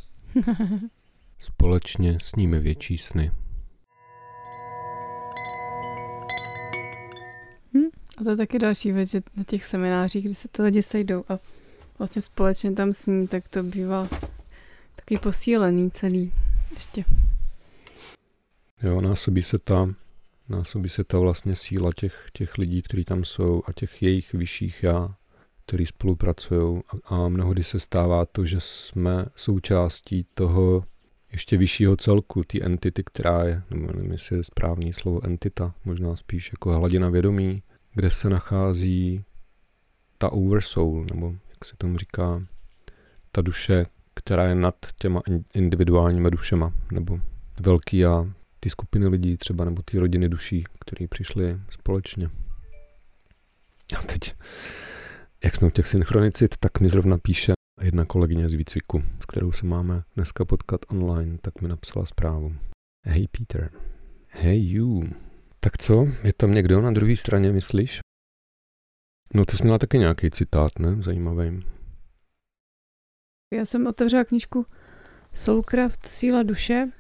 Společně sníme větší sny. A to je taky další věc, že na těch seminářích, kdy se ty lidi sejdou a vlastně společně tam sní, tak to bývá taky posílený celý ještě. Jo, násobí se ta vlastně síla těch lidí, kteří tam jsou a těch jejich vyšších já, kteří spolupracují a mnohdy se stává to, že jsme součástí toho ještě vyššího celku, té entity, která je, nebo nevím, jestli je správný slovo entita, možná spíš jako hladina vědomí, kde se nachází ta oversoul, nebo jak se tomu říká, ta duše, která je nad těma individuálníma dušema, nebo velký já, ty skupiny lidí třeba, nebo ty rodiny duší, které přišly společně. A teď, jak jsme u těch synchronicit, tak mi zrovna píše jedna kolegyně z výcviku, s kterou se máme dneska potkat online, tak mi napsala zprávu. Hey Peter. Hey you. Tak co? Je tam někdo na druhé straně, myslíš? No to jsi měla taky nějaký citát, ne? Zajímavý. Já jsem otevřela knížku Soulcraft, síla duše.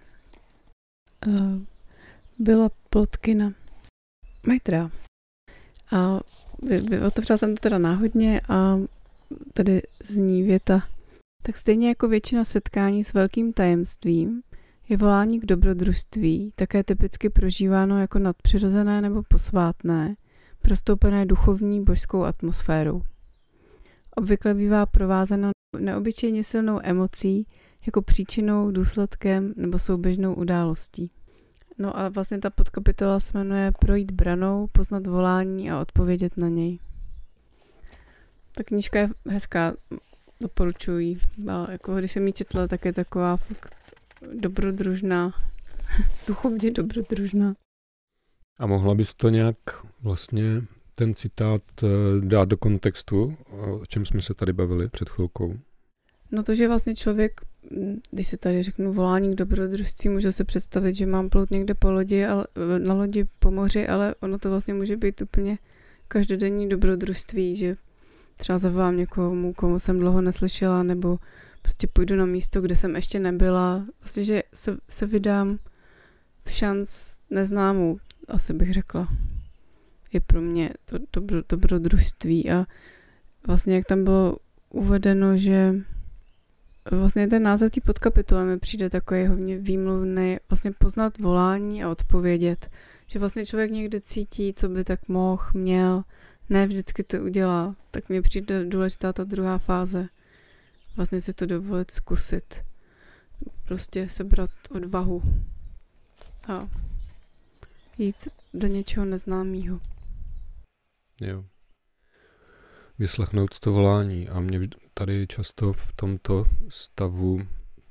Byla Plotkina Maitreya. A otevřela jsem to teda náhodně a tady zní věta. Tak stejně jako většina setkání s velkým tajemstvím je volání k dobrodružství také typicky prožíváno jako nadpřirozené nebo posvátné, prostoupené duchovní božskou atmosférou. Obvykle bývá provázeno neobyčejně silnou emocí jako příčinou, důsledkem nebo souběžnou událostí. No a vlastně ta podkapitola se jmenuje Projít branou, poznat volání a odpovědět na něj. Ta knížka je hezká, doporučuji. Jako když jsem ji četla, tak je taková fakt dobrodružná, duchovně dobrodružná. A mohla bys to nějak vlastně ten citát dát do kontextu, o čem jsme se tady bavili před chvilkou? No to, že vlastně člověk, když se tady řeknu volání k dobrodružství, můžu si představit, že mám plout někde po lodi, na lodi po moři, ale ono to vlastně může být úplně každodenní dobrodružství, že třeba zavolám někomu, komu jsem dlouho neslyšela, nebo prostě půjdu na místo, kde jsem ještě nebyla. Vlastně, že se vydám v šanc neznámou, asi bych řekla. Je pro mě to dobrodružství a vlastně jak tam bylo uvedeno, že vlastně ten název té podkapitoly mi přijde takový hodně výmluvný, vlastně poznat volání a odpovědět. Že vlastně člověk někde cítí, co by tak měl, ne vždycky to udělá. Tak mi přijde důležitá ta druhá fáze. vlastně si to dovolit zkusit. Prostě sebrat odvahu a jít do něčeho neznámého. Jo. Vyslechnout to volání. A mě tady často v tomto stavu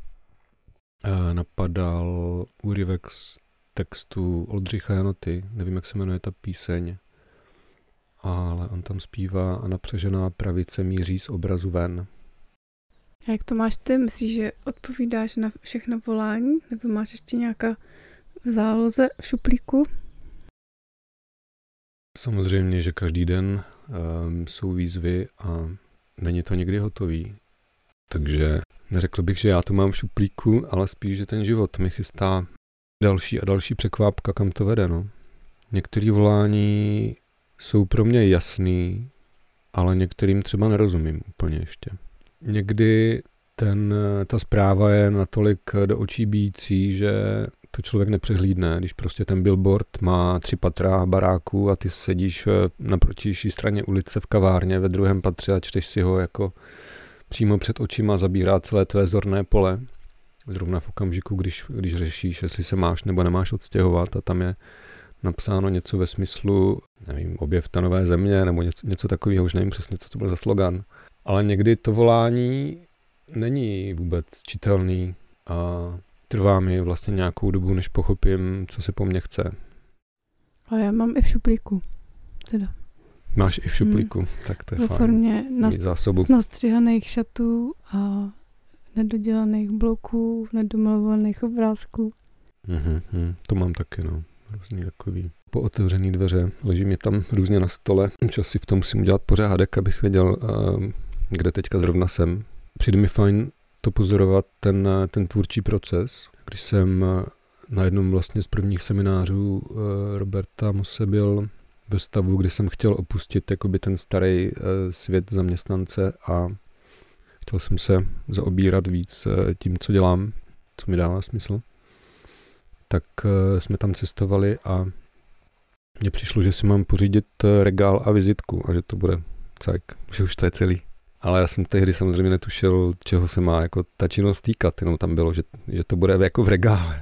napadal úryvek z textu Oldřicha Janoty. Nevím, jak se jmenuje ta píseň. Ale on tam zpívá a napřežená pravice míří z obrazu ven. A jak to máš ty? Myslíš, že odpovídáš na všechno volání? Nebo máš ještě nějaká v záloze v šuplíku? Samozřejmě, že každý den jsou výzvy a není to někdy hotový. Takže neřekl bych, že já to mám v šuplíku, ale spíš, že ten život mi chystá další a další překvápka, kam to vede. No. Některé volání jsou pro mě jasný, ale některým třeba nerozumím úplně ještě. Někdy ta zpráva je natolik do očí bijící, že to člověk nepřehlídne, když prostě ten billboard má 3 patra baráků a ty sedíš na protější straně ulice v kavárně ve 2. patře a čteš si ho jako přímo před očima, zabírá celé tvé zorné pole. Zrovna v okamžiku, když řešíš, jestli se máš nebo nemáš odstěhovat a tam je napsáno něco ve smyslu, nevím, objev ta nové země nebo něco takového, už nevím přesně, co to byl za slogan. Ale někdy to volání není vůbec čitelný a trvá mi vlastně nějakou dobu, než pochopím, co se po mně chce. A já mám i v šuplíku. Teda. Máš i v šuplíku, tak to je fajn. Ve formě zásobu. nastřihaných šatů a nedodělaných bloků, nedomalovaných obrázků. To mám taky, no. Různý takový pootevřený dveře. Leží mi tam různě na stole. Čas si v tom musím udělat pořádek, abych věděl, kde teďka zrovna jsem. Přijde mi fajn to pozorovat, ten tvůrčí proces. Když jsem na jednom vlastně z prvních seminářů Roberta Mose byl ve stavu, kdy jsem chtěl opustit jakoby ten starý svět zaměstnance a chtěl jsem se zaobírat víc tím, co dělám, co mi dává smysl, tak jsme tam cestovali a mně přišlo, že si mám pořídit regál a vizitku a že to bude cajk, že už to je celý. Ale já jsem tehdy samozřejmě netušil, čeho se má jako ta činnost týkat, jenom tam bylo, že to bude jako v regále.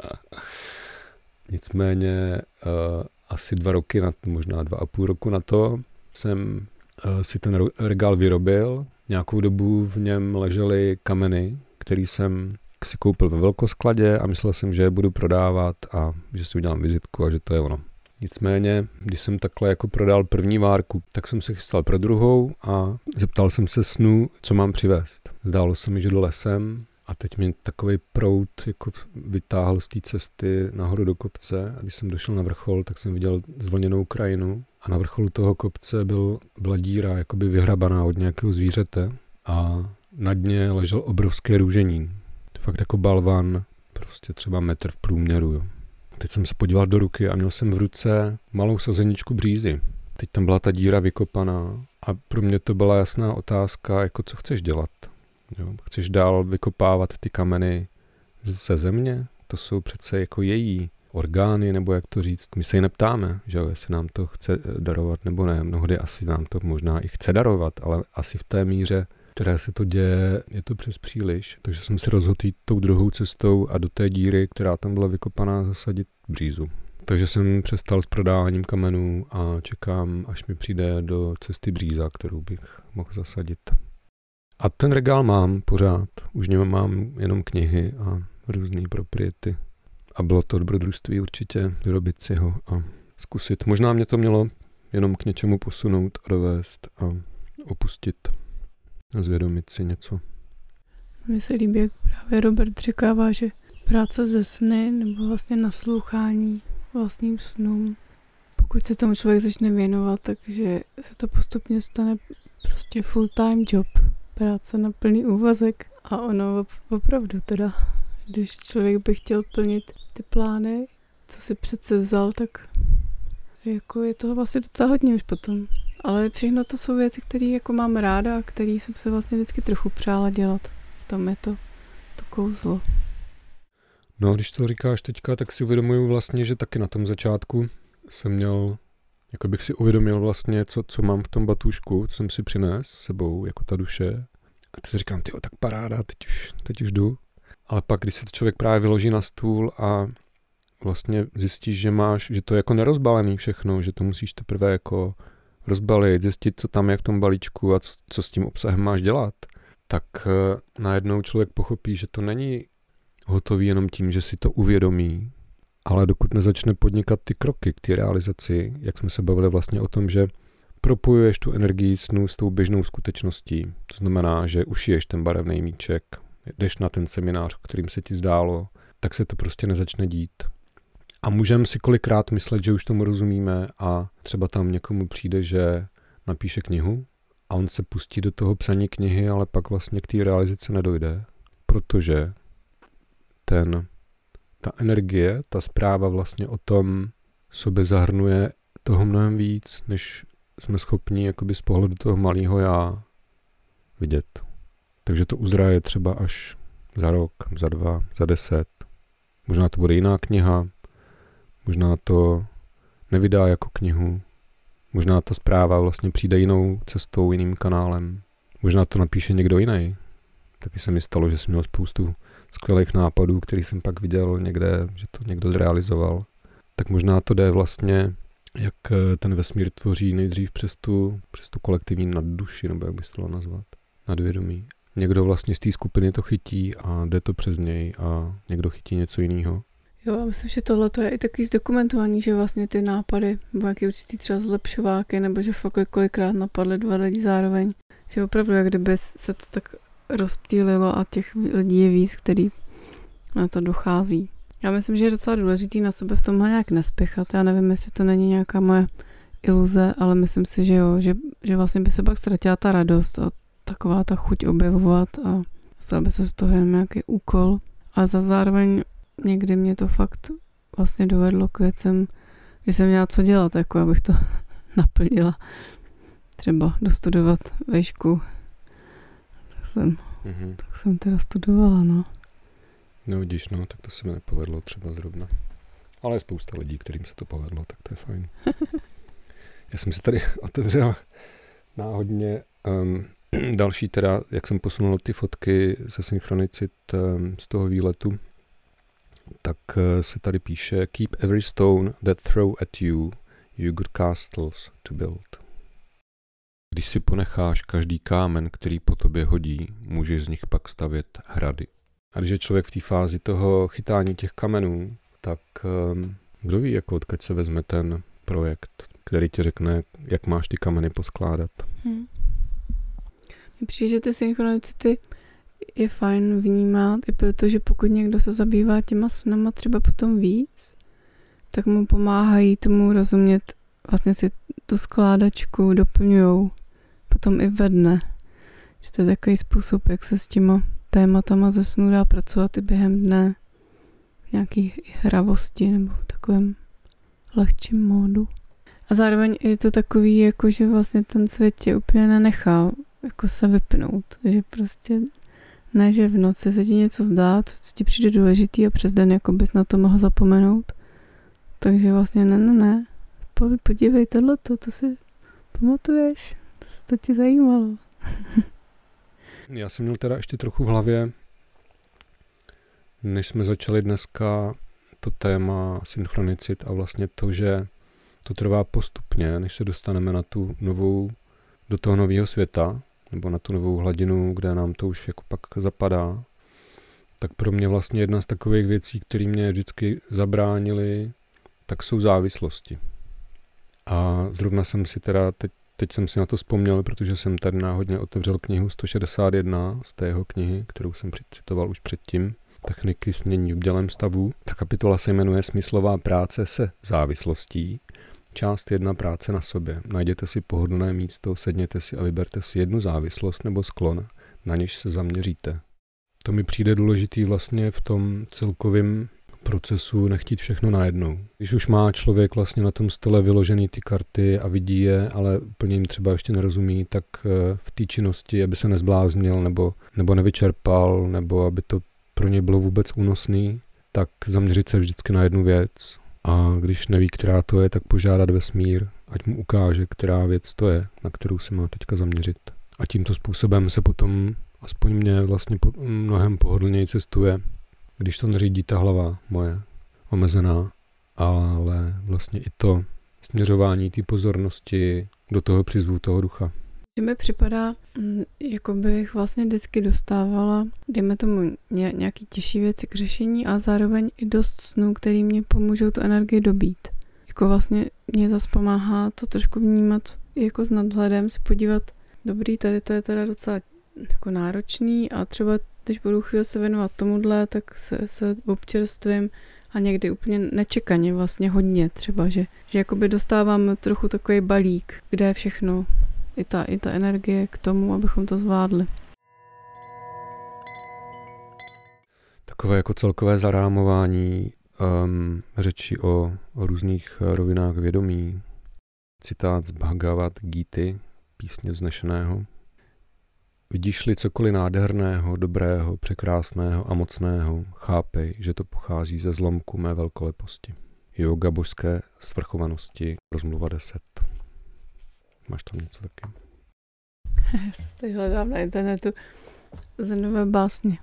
Nicméně asi 2 roky, možná 2,5 roku na to jsem si ten regál vyrobil. Nějakou dobu v něm ležely kameny, které jsem si koupil ve velkoskladě a myslel jsem, že je budu prodávat a že si udělám vizitku a že to je ono. Nicméně, když jsem takhle jako prodal první várku, tak jsem se chystal pro druhou a zeptal jsem se snu, co mám přivést. Zdálo se mi, že jdu lesem a teď mě takovej proud jako vytáhl z té cesty nahoru do kopce a když jsem došel na vrchol, tak jsem viděl zvlněnou krajinu a na vrcholu toho kopce byla díra jakoby vyhrabaná od nějakého zvířete a na dně ležel obrovský růženín. Fakt jako balvan, prostě třeba metr v průměru. Jo. Teď jsem se podíval do ruky a měl jsem v ruce malou sazeničku břízy. Teď tam byla ta díra vykopaná a pro mě to byla jasná otázka, jako co chceš dělat. Jo. Chceš dál vykopávat ty kameny ze země? To jsou přece jako její orgány, nebo jak to říct. My se ji neptáme, že jo, jestli nám to chce darovat nebo ne. Mnohdy asi nám to možná i chce darovat, ale asi v té míře, které se to děje, je to přes příliš. Takže jsem si rozhodl jít tou druhou cestou a do té díry, která tam byla vykopaná, zasadit břízu. Takže jsem přestal s prodáváním kamenů a čekám, až mi přijde do cesty bříza, kterou bych mohl zasadit. A ten regál mám pořád. Už něm mám jenom knihy a různé propriety. A bylo to dobrodružství určitě vyrobit si ho a zkusit. Možná mě to mělo jenom k něčemu posunout a dovést a opustit a zvědomit si něco. Mně se líbí, jak právě Robert říkává, že práce ze sny nebo vlastně naslouchání vlastním snům, pokud se tomu člověk začne věnovat, takže se to postupně stane prostě full-time job, práce na plný úvazek a ono opravdu teda, když člověk by chtěl plnit ty plány, co si přece vzal, tak jako je toho vlastně docela hodně už potom. Ale všechno to jsou věci, které jako mám ráda a které jsem se vlastně vždycky trochu přála dělat. V tom je to kouzlo. No, když to říkáš teďka, tak si uvědomuju vlastně, že taky na tom začátku jsem měl, jako bych si uvědomil vlastně, co mám v tom batůžku, co jsem si přinesl s sebou, jako ta duše. A to si říkám, tyjo, tak paráda, teď už jdu. Ale pak, když se to člověk právě vyloží na stůl a vlastně zjistíš, že to je jako nerozbalený všechno, že to musíš teprve jako rozbalit, zjistit, co tam je v tom balíčku a co s tím obsahem máš dělat, tak najednou člověk pochopí, že to není hotový jenom tím, že si to uvědomí, ale dokud nezačne podnikat ty kroky k té realizaci, jak jsme se bavili vlastně o tom, že propojuješ tu energii snu s tou běžnou skutečností. To znamená, že ušiješ ten barevný míček, jdeš na ten seminář, o kterým se ti zdálo, tak se to prostě nezačne dít. A můžeme si kolikrát myslet, že už tomu rozumíme a třeba tam někomu přijde, že napíše knihu a on se pustí do toho psaní knihy, ale pak vlastně k té realizaci nedojde, protože ta energie, ta zpráva vlastně o tom sobě zahrnuje toho mnohem víc, než jsme schopni jakoby z pohledu toho malého já vidět. Takže to uzraje třeba až za rok, za 2, za 10. Možná to bude jiná kniha, možná to nevydá jako knihu, možná ta zpráva vlastně přijde jinou cestou, jiným kanálem. Možná to napíše někdo jiný. Taky se mi stalo, že jsem měl spoustu skvělých nápadů, který jsem pak viděl někde, že to někdo zrealizoval. Tak možná to jde vlastně, jak ten vesmír tvoří nejdřív přes tu kolektivní nadduši, nebo jak by se to dalo nazvat, nadvědomí. Někdo vlastně z té skupiny to chytí a jde to přes něj a někdo chytí něco jiného. Jo, a myslím, že tohle je i takový zdokumentovaný, že vlastně ty nápady, nebo jaký určitý třeba zlepšováky, nebo že fakt kolikrát napadly 2 lidi zároveň. Že opravdu, jak kdyby se to tak rozptýlilo a těch lidí je víc, který na to dochází. Já myslím, že je docela důležitý na sebe v tomhle nějak nespěchat. Já nevím, jestli to není nějaká moje iluze, ale myslím si, že jo, že vlastně by se pak ztratila ta radost a taková ta chuť objevovat a stal by se z toho jen nějaký úkol. A zároveň někdy mě to fakt vlastně dovedlo k věcem, že jsem měla co dělat, jako abych to naplnila. Třeba dostudovat vejšku. Tak jsem teda studovala, no. No vidíš, no, tak to se mi nepovedlo třeba zrovna. Ale je spousta lidí, kterým se to povedlo, tak to je fajn. Já jsem si tady otevřel náhodně další teda, jak jsem posunul ty fotky ze Synchronicit z toho výletu, tak se tady píše Keep every stone that throw at you good castles to build. Když si ponecháš každý kámen, který po tobě hodí, můžeš z nich pak stavět hrady. A když je člověk v té fázi toho chytání těch kamenů, tak kdo ví, jako odkud se vezme ten projekt, který ti řekne, jak máš ty kameny poskládat. Mně přijde, že ty synchronicity je fajn vnímat, i protože pokud někdo se zabývá těma snama třeba potom víc, tak mu pomáhají tomu rozumět, vlastně si tu skládačku doplňujou potom i ve dne. Že to je takový způsob, jak se s těma tématama ze snu dá pracovat i během dne v nějaký hravosti nebo v takovém lehčím módu. A zároveň je to takový, jako že vlastně ten svět tě úplně nenechá jako se vypnout. Že prostě ne, že v noci se ti něco zdá, co ti přijde důležitý a přes den jako bys na to mohl zapomenout. Takže vlastně ne. Podívej tohleto, to si pamatuješ, to ti zajímalo. Já jsem měl teda ještě trochu v hlavě, než jsme začali dneska to téma synchronicit a vlastně to, že to trvá postupně, než se dostaneme na tu novou, do toho nového světa, nebo na tu novou hladinu, kde nám to už jako pak zapadá, tak pro mě vlastně jedna z takových věcí, které mě vždycky zabránily, tak jsou závislosti. A zrovna jsem si teda, teď jsem si na to vzpomněl, protože jsem tady náhodně otevřel knihu 161 z té jeho knihy, kterou jsem citoval už předtím, Techniky snění v bdělém stavu. Ta kapitola se jmenuje Smyslová práce se závislostí. Část 1 práce na sobě. Najděte si pohodlné místo, sedněte si a vyberte si jednu závislost nebo sklon, na něž se zaměříte. To mi přijde důležitý vlastně v tom celkovém procesu nechtít všechno najednou. Když už má člověk vlastně na tom stole vyložený ty karty a vidí je, ale úplně jim třeba ještě nerozumí, tak v té činnosti, aby se nezbláznil nebo nevyčerpal, nebo aby to pro ně bylo vůbec únosný, tak zaměřit se vždycky na jednu věc. A když neví, která to je, tak požádat vesmír, ať mu ukáže, která věc to je, na kterou se má teďka zaměřit. A tímto způsobem se potom Aspoň mě vlastně mnohem pohodlněji cestuje, když to neřídí ta hlava moje omezená, ale vlastně i to směřování té pozornosti do toho přizvu toho ducha. Že mi připadá, jako bych vlastně vždycky dostávala, dejme tomu nějaký těžší věci k řešení a zároveň i dost snů, který mě pomůžou tu energii dobít. Jako vlastně mě zase pomáhá to trošku vnímat jako s nadhledem, se podívat, dobrý, tady to je teda docela jako náročný a třeba když budu chvíli se věnovat tomuhle, tak se občerstvím a někdy úplně nečekaně vlastně hodně třeba, že jakoby dostávám trochu takový balík, kde je všechno, i ta energie k tomu, abychom to zvládli. Takové jako celkové zarámování řeči o různých rovinách vědomí. Citát z Bhagavad Gíty, písně vznešeného. Vidíš-li cokoliv nádherného, dobrého, překrásného a mocného, chápej, že to pochází ze zlomku mé velkoleposti. Yoga božské svrchovanosti, rozmluva 10. Máš tam něco taky? Já se tady hledám na internetu zenové básně.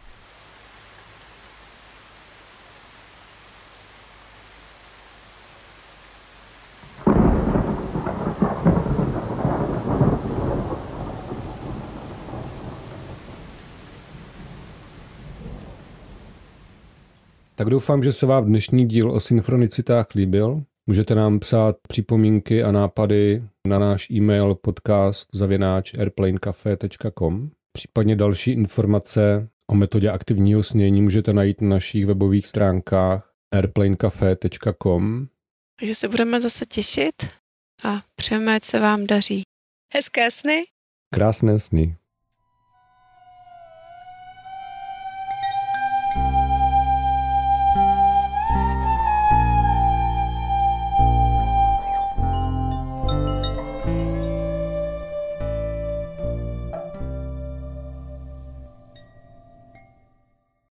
Tak doufám, že se vám dnešní díl o synchronicitách líbil. Můžete nám psát připomínky a nápady na náš e-mail podcast@airplanecafe.com. Případně další informace o metodě aktivního snění můžete najít na našich webových stránkách airplanecafe.com. Takže se budeme zase těšit a přejeme, ať se vám daří. Hezké sny. Krásné sny.